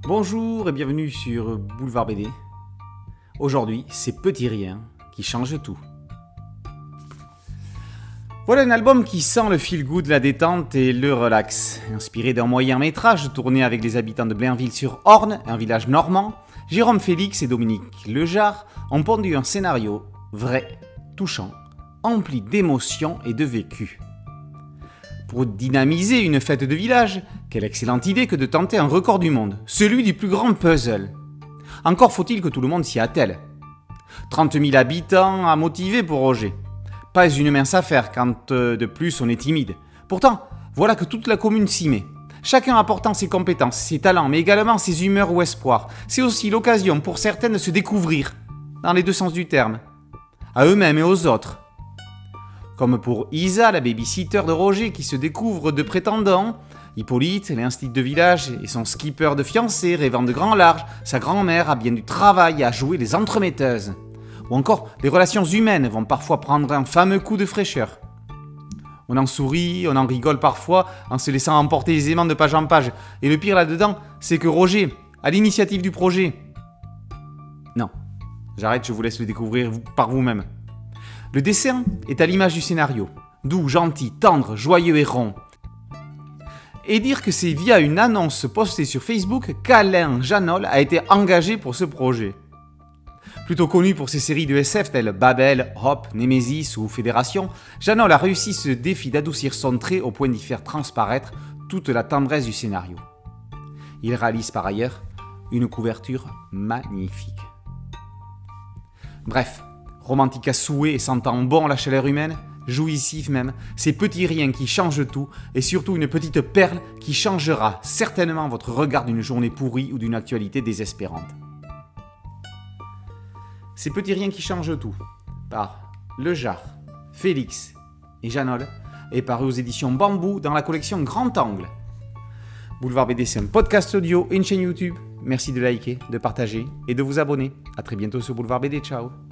Bonjour et bienvenue sur Boulevard BD. Aujourd'hui, c'est Petit Rien qui change tout. Voilà un album qui sent le feel-good, la détente et le relax. Inspiré d'un moyen métrage tourné avec les habitants de Blainville-sur-Orne, un village normand, Jérôme Félix et Dominique Lejarre ont pondu un scénario vrai, touchant, empli d'émotions et de vécu. Pour dynamiser une fête de village, quelle excellente idée que de tenter un record du monde, celui du plus grand puzzle. Encore faut-il que tout le monde s'y attelle. 30 000 habitants à motiver pour Roger. Pas une mince affaire quand de plus on est timide. Pourtant, voilà que toute la commune s'y met. Chacun apportant ses compétences, ses talents, mais également ses humeurs ou espoirs. C'est aussi l'occasion pour certains de se découvrir, dans les deux sens du terme, à eux-mêmes et aux autres. Comme pour Isa, la babysitter de Roger qui se découvre de prétendants, Hippolyte, l'instit de village et son skipper de fiancé rêvant de grand large, sa grand-mère a bien du travail à jouer les entremetteuses. Ou encore, les relations humaines vont parfois prendre un fameux coup de fraîcheur. On en sourit, on en rigole parfois en se laissant emporter aisément de page en page. Et le pire là-dedans, c'est que Roger, à l'initiative du projet... Non, j'arrête, je vous laisse le découvrir par vous-même. Le dessin est à l'image du scénario, doux, gentil, tendre, joyeux et rond. Et dire que c'est via une annonce postée sur Facebook qu'Alain Janol a été engagé pour ce projet. Plutôt connu pour ses séries de SF telles Babel, Hop, Nemesis ou Fédération, Janol a réussi ce défi d'adoucir son trait au point d'y faire transparaître toute la tendresse du scénario. Il réalise par ailleurs une couverture magnifique. Bref, romantique à souhait et sentant bon la chaleur humaine, jouissif même, ces petits riens qui changent tout et surtout une petite perle qui changera certainement votre regard d'une journée pourrie ou d'une actualité désespérante. Ces petits riens qui changent tout, par Lejarre, Félix et Janol, est paru aux éditions Bambou dans la collection Grand Angle. Boulevard BD, c'est un podcast audio et une chaîne YouTube. Merci de liker, de partager et de vous abonner. A très bientôt sur Boulevard BD, ciao.